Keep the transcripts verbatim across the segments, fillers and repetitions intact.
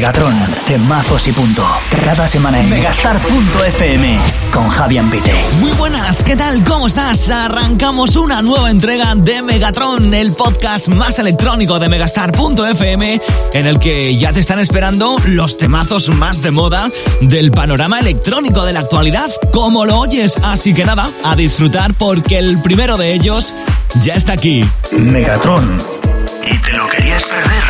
Megatron, temazos y punto. Cada semana en megastar punto efe eme con Javi Ambite. Muy buenas, ¿qué tal? ¿Cómo estás? Arrancamos una nueva entrega de Megatron, el podcast más electrónico de megastar punto efe eme, en el que ya te están esperando los temazos más de moda del panorama electrónico de la actualidad, como lo oyes. Así que nada, a disfrutar porque el primero de ellos ya está aquí. Megatron. ¿Y te lo querías perder?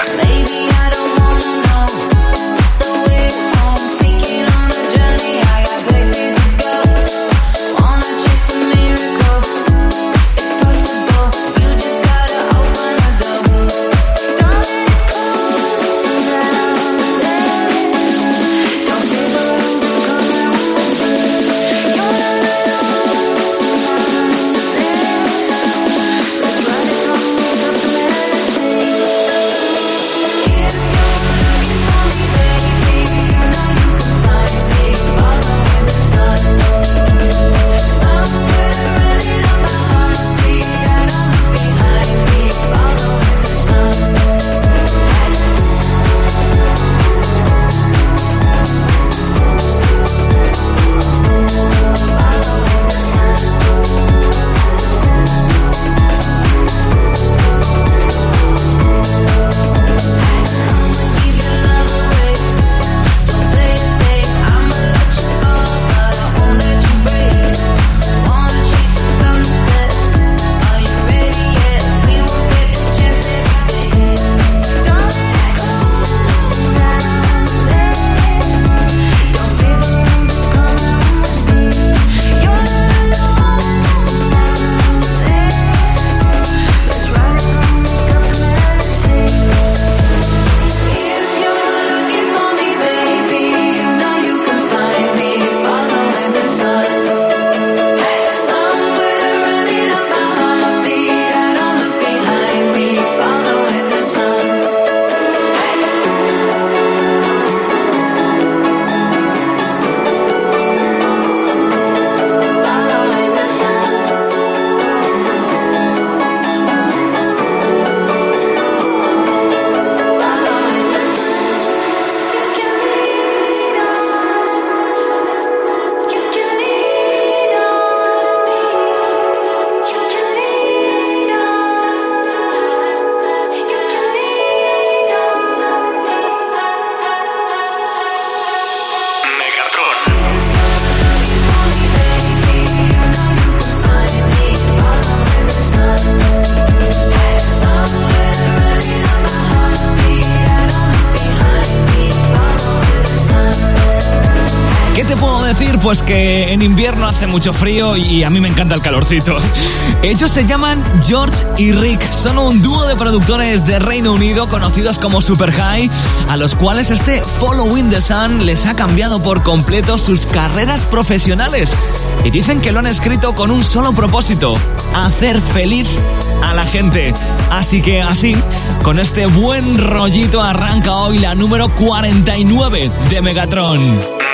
Pues que en invierno hace mucho frío y a mí me encanta el calorcito. Ellos se llaman George y Rick. Son un dúo de productores de Reino Unido conocidos como Super High, a los cuales este Following the Sun les ha cambiado por completo sus carreras profesionales. Y dicen que lo han escrito con un solo propósito: hacer feliz a la gente. Así que así, con este buen rollito arranca hoy la número cuarenta y nueve de Megatron.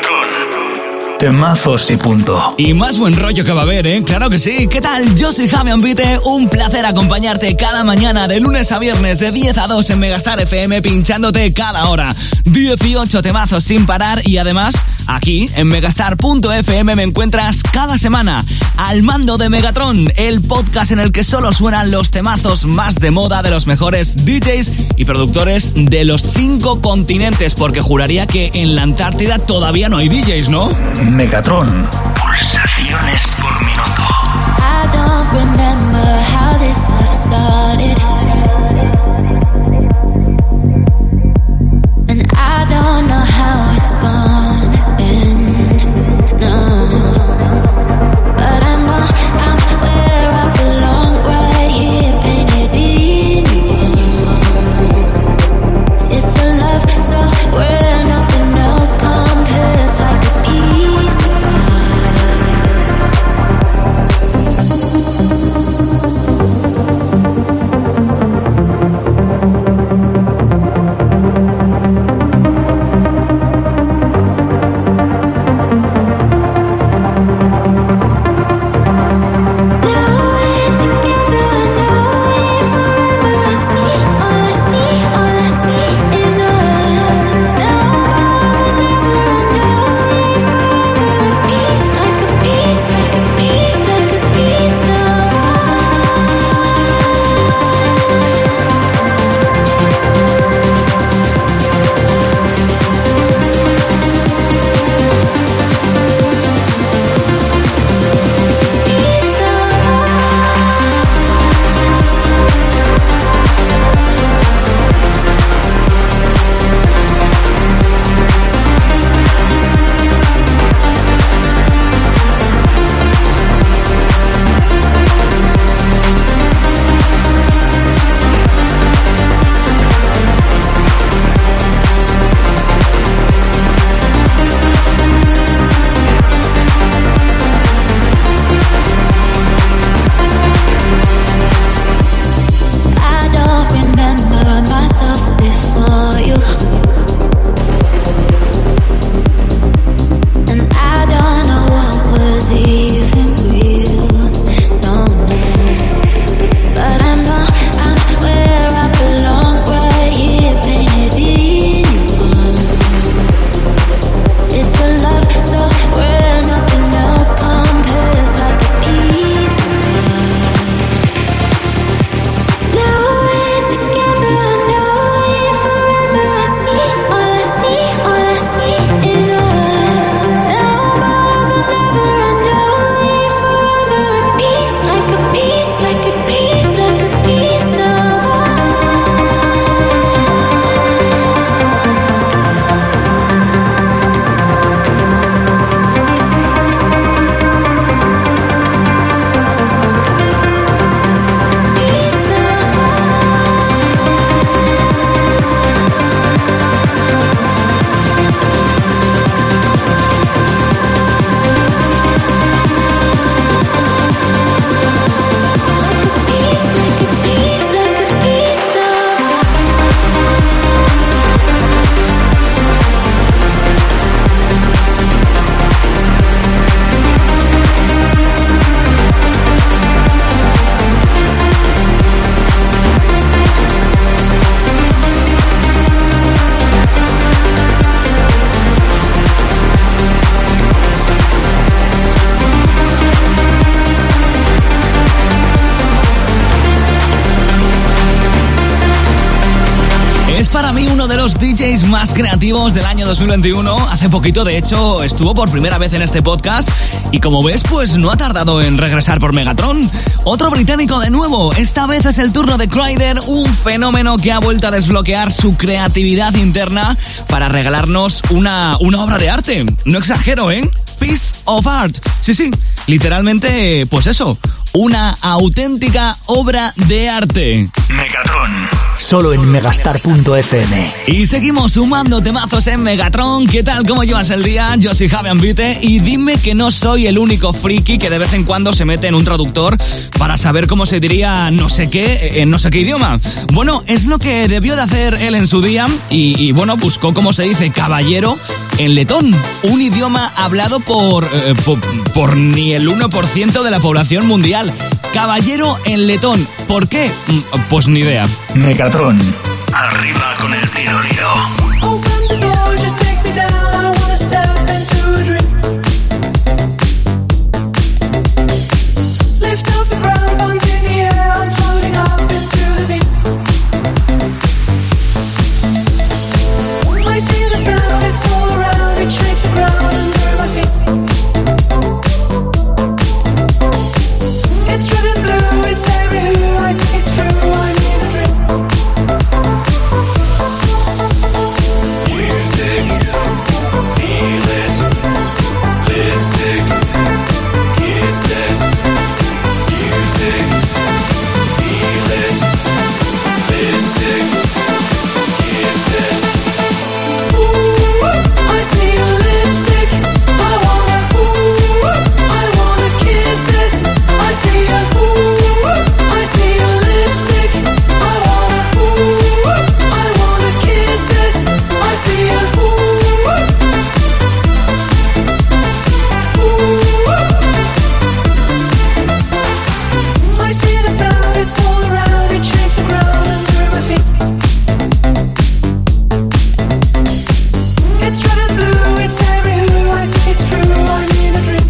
Temazos y punto. Y más buen rollo que va a haber, ¿eh? Claro que sí. ¿Qué tal? Yo soy Javi Ambite. Un placer acompañarte cada mañana de lunes a viernes de diez a dos en Megastar efe eme, pinchándote cada hora. dieciocho temazos sin parar y además aquí en megastar punto efe eme me encuentras cada semana al mando de Megatron, el podcast en el que solo suenan los temazos más de moda de los mejores D Js y productores de los cinco continentes, porque juraría que en la Antártida todavía no hay D Js, ¿no? Megatron. Pulsaciones por minuto. I don't remember how this love started, and I don't know how it's gonna end, no. But I know I'm where I belong, right here, painted in words. It's a love so where nothing else compares, like a piece of art. los D Js más creativos del año dos mil veintiuno. Hace poquito, de hecho, estuvo por primera vez en este podcast y como ves, pues no ha tardado en regresar por Megatron. Otro británico de nuevo, esta vez es el turno de Kryder, un fenómeno que ha vuelto a desbloquear su creatividad interna para regalarnos una, una obra de arte. No exagero, ¿eh? Piece of art. Sí, sí, literalmente, pues eso, una auténtica obra de arte. Megatron, solo en megastar punto f m. Y seguimos sumando temazos en Megatron. ¿Qué tal? ¿Cómo llevas el día? Yo soy Javi Ambite y dime que no soy el único friki que de vez en cuando se mete en un traductor para saber cómo se diría no sé qué en no sé qué idioma. Bueno, es lo que debió de hacer él en su día y, y bueno, buscó cómo se dice caballero en letón, un idioma hablado por, eh, por, por ni el uno por ciento de la población mundial. Caballero en letón. ¿Por qué? Pues ni idea. Megatron. Arriba con el tiroliro. Open the door, just take me down. I wanna step into a dream. Lift up the ground, ones in the air. I'm floating up into the beat. I see the sound, it's all around. It shakes the ground under my feet. It's red and blue, it's everywhere. I think it's true, I'm in a dream. Music, feel it. Lipstick, kiss it. Music, feel it. Lipstick, kiss it. Ooh, I see your lipstick. I wanna, ooh, I wanna kiss it. I see your, ooh, I see your lipstick. I wanna, ooh, I wanna kiss it. I see your, ooh, ooh. I see the sound, it's all around. It shakes the ground under my feet. It's red and blue, it's everywhere. I think it's true, I'm in a dream.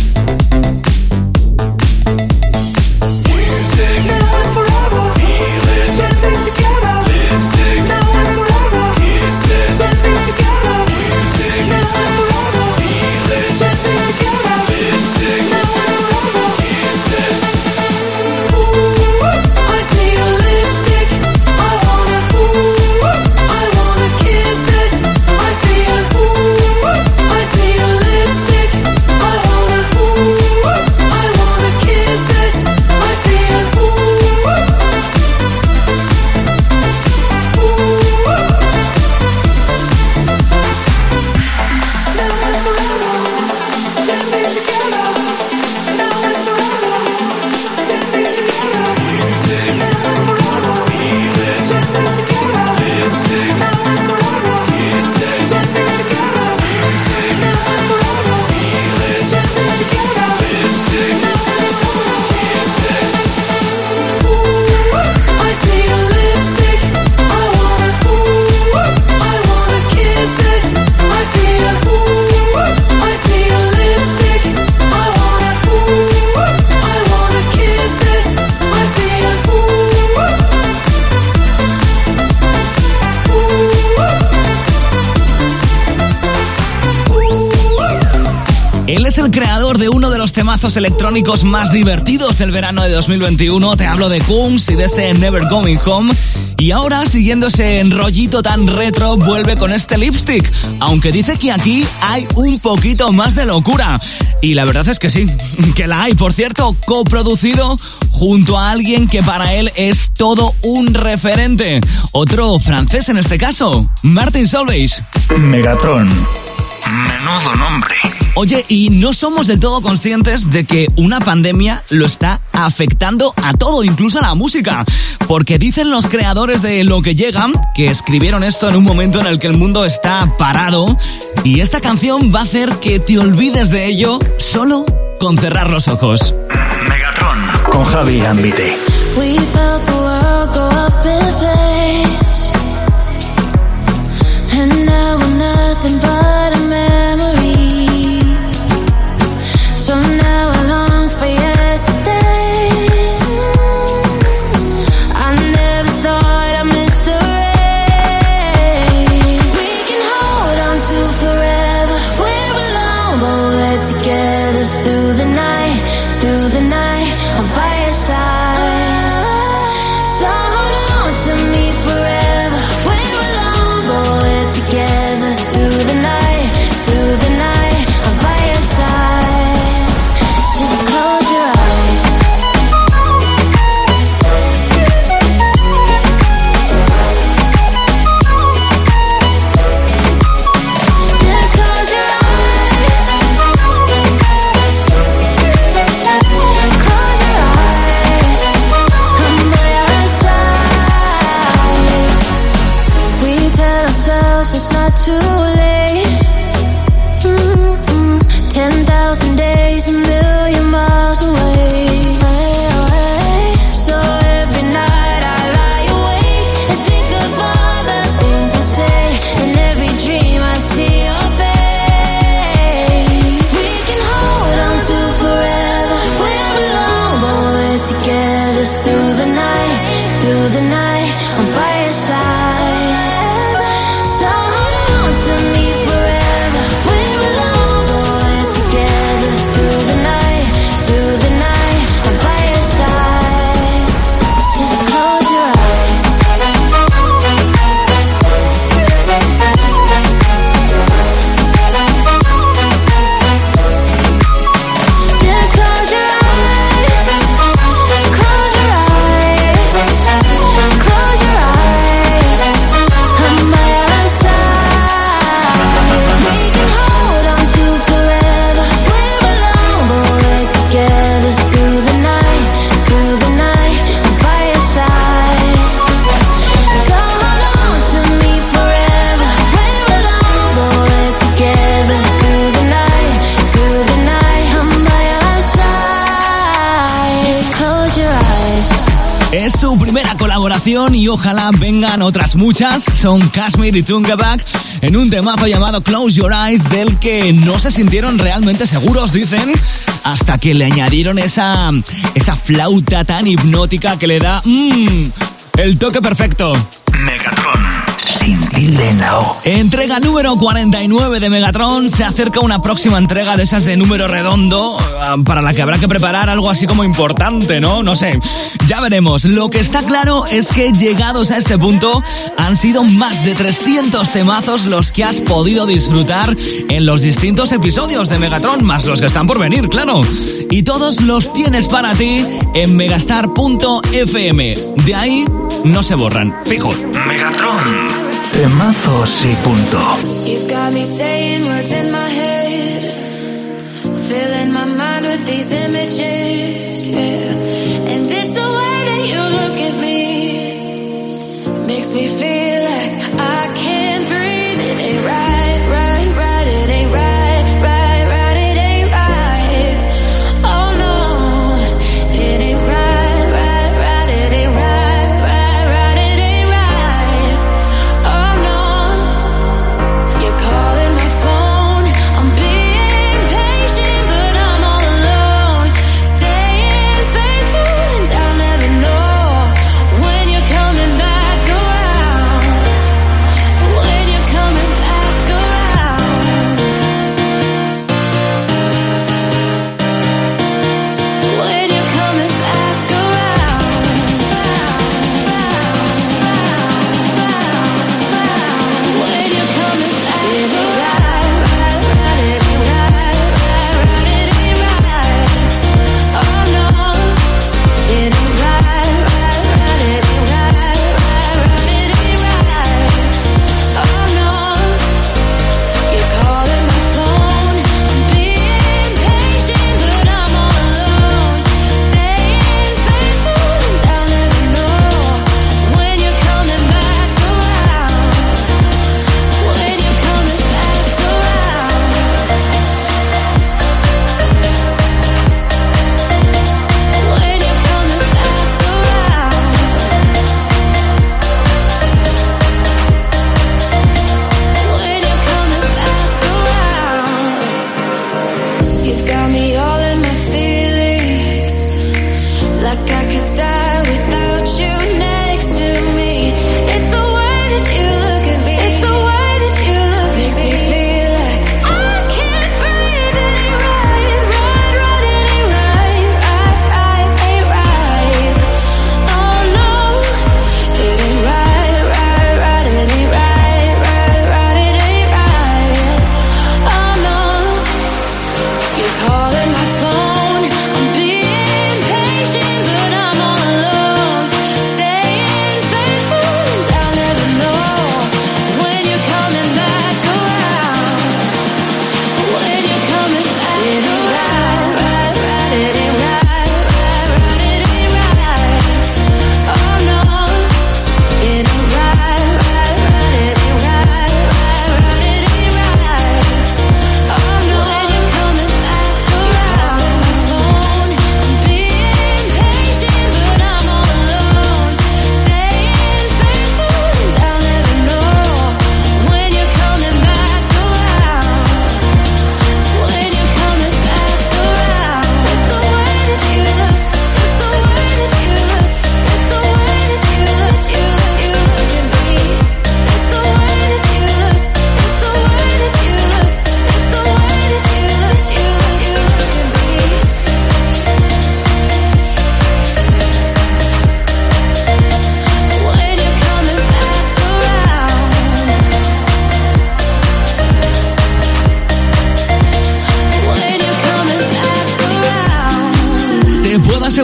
Music, now and forever. Feel it, dancing together. Lipstick, now and forever. Kiss it, dancing together. Music, now and forever. Feel it, dancing together. Lipstick, now and forever. Kiss it. Ooh, I see your lipstick. I wanna, ooh, I wanna kiss it. I see your, ooh, I see your lipstick. I wanna, ooh, I wanna kiss it. I see your, ooh, ooh. Now and forever, dancing together. Now and forever, dancing together. Music, now and forever, feel it, dancing together. Lipstick, now and forever, kiss it, dancing together. Music, now and forever, feel it, dancing together. Lipstick, now and forever, kiss it. Ooh, I see your lipstick. I wanna, ooh, I wanna kiss it. I see your, ooh, I see your lipstick. I wanna, ooh, I wanna kiss it. I see your, ooh, ooh. Él es el creador de uno de los temazos electrónicos más divertidos del verano de dos mil veintiuno. Te hablo de Kungs y de ese Never Going Home. Y ahora, siguiendo ese rollito tan retro, vuelve con este Lipstick. Aunque dice que aquí hay un poquito más de locura. Y la verdad es que sí, que la hay. Por cierto, coproducido junto a alguien que para él es todo un referente. Otro francés en este caso, Martin Solveig. Megatron. Menudo nombre. Oye, y no somos del todo conscientes de que una pandemia lo está afectando a todo, incluso a la música. Porque dicen los creadores de Lo que llega, que escribieron esto en un momento en el que el mundo está parado, y esta canción va a hacer que te olvides de ello solo con cerrar los ojos. Megatron. Con Javi Ambite. We felt the world go up in flames, and now we're nothing but a memory. So now I long for yesterday. I never thought I'd miss the rain. not too late. Mm-mm. Ten thousand days, a million miles away. So every night I lie awake and think of all the things I'd say. In every dream I see your face. We can hold on to forever. We're alone, but we're together through the night. Through the night, I'm by your side. So hold on to me forever. We're alone, but we're together through the night. Through the night, I'm by your side. Just close your eyes. Just close your eyes. Close your eyes. Close your eyes. I'm by your side. We can hold on to forever. We're alone, but we're together through the night. Through the night, I'm by your side. So hold on to me forever. We're alone, but we're together through the night. Through the night, I'm by your side. Just close your eyes. Es su primera colaboración y ojalá vengan otras muchas. Son Kashmir y Tungabak en un temazo llamado Close Your Eyes, del que no se sintieron realmente seguros, dicen, hasta que le añadieron esa, esa flauta tan hipnótica que le da mmm, el toque perfecto. Megatron, sin tilde en la O. Entrega número cuarenta y nueve de Megatron. Se acerca una próxima entrega de esas de número redondo, uh, para la que habrá que preparar algo así como importante, ¿no? No sé, ya veremos. Lo que está claro es que llegados a este punto han sido más de trescientos temazos los que has podido disfrutar en los distintos episodios de Megatron, más los que están por venir, claro. Y todos los tienes para ti en megastar punto efe eme. De ahí no se borran, fijo. Megatron, temazos y punto. You've got me saying words in my head, filling my mind with these images, yeah. And it's the way that you look at me, makes me feel like I can't breathe. It ain't right, right, right, it ain't right, right, right, it ain't right. Oh no, it ain't right, right, right, it ain't right, right, right, it ain't right. Oh no, you're calling my phone, I'm being patient, but I'm all alone. Staying faithful and I'll never know when you're coming back around.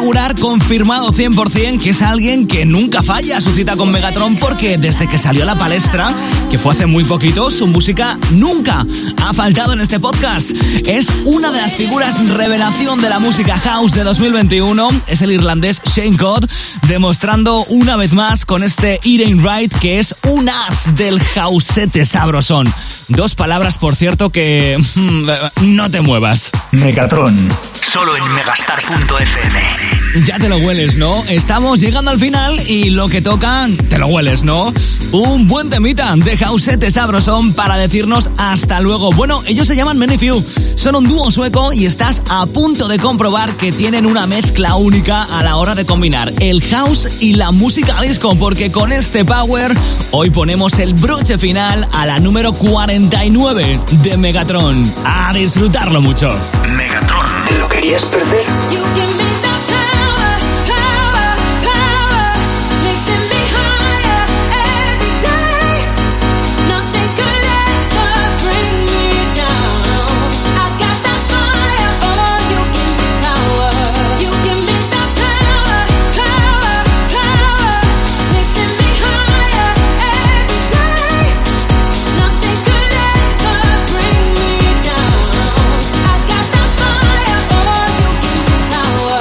asegurar, confirmado cien por ciento, que es alguien que nunca falla su cita con Megatron, porque desde que salió a la palestra, que fue hace muy poquito, su música nunca ha faltado en este podcast. Es una de las figuras revelación de la música house de dos mil veintiuno. Es el irlandés Shane Codd, demostrando una vez más con este It Ain't Right que es un as del housete sabrosón. Dos palabras, por cierto, que no te muevas. Megatron, solo en megastar punto efe eme. Ya te lo hueles, ¿no? Estamos llegando al final y lo que toca, te lo hueles, ¿no? Un buen temita de housete sabrosón para decirnos hasta luego. Bueno, ellos se llaman Many Few, son un dúo sueco y estás a punto de comprobar que tienen una mezcla única a la hora de combinar el house y la música disco, porque con este power hoy ponemos el broche final a la número cuarenta y nueve de Megatron. A disfrutarlo mucho. Megatron, ¿te lo querías perder? You give me the power, power, power, lifting me higher every day. Nothing could ever bring me down. I got that fire, oh, you give me power. You give me the power, power, power, lifting me higher every day. Nothing could ever bring me down. I got that fire, oh, you give me power.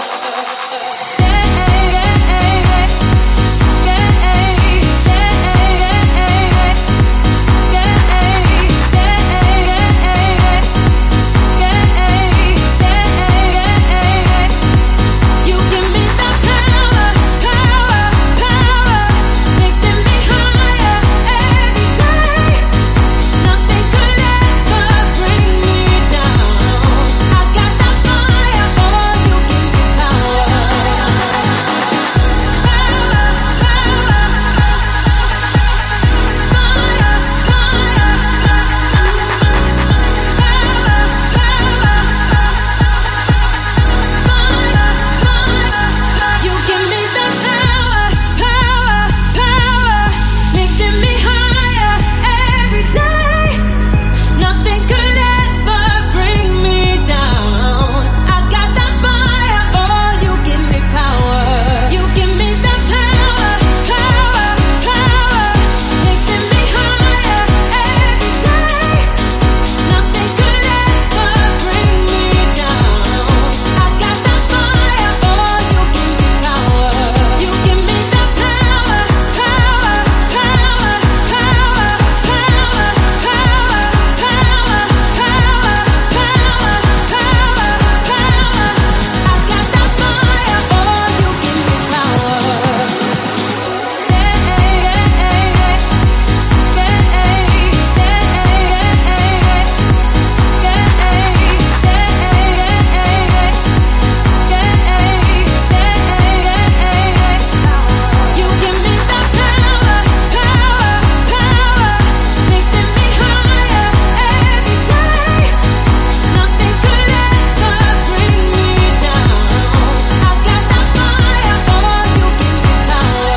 You give me the power, power, power, lifting me higher every day. Nothing could ever bring me down. I got that fire, oh, you give me power. You give me the power, power, power, lifting me higher every day. Nothing could ever bring me down. I got that fire, oh, you give me power. You give me the power, power, power, lifting me higher every day. Nothing could ever bring me down. I got that fire, oh, you give me power. You give me the power, power, power, power, power, power, power, power, power, power, power. I got that fire, oh, you give me power. You give me the power, power, power, lifting me higher every day. Nothing could ever bring me down. I got that fire, oh, you give me power.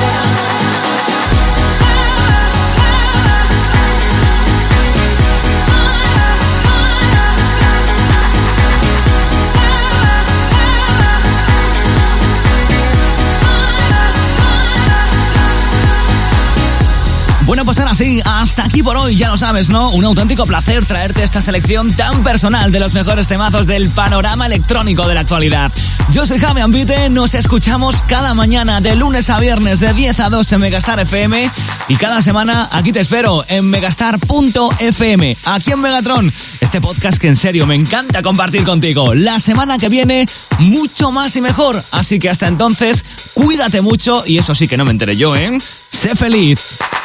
Bueno, pues ahora sí, hasta aquí por hoy, ya lo sabes, ¿no? Un auténtico placer traerte esta selección tan personal de los mejores temazos del panorama electrónico de la actualidad. Yo soy Javi Ambite, nos escuchamos cada mañana de lunes a viernes de diez a dos en Megastar F M y cada semana aquí te espero en megastar punto efe eme, aquí en Megatron, este podcast que en serio me encanta compartir contigo. La semana que viene mucho más y mejor, así que hasta entonces cuídate mucho y eso sí que no me enteré yo, ¿eh? Sé feliz.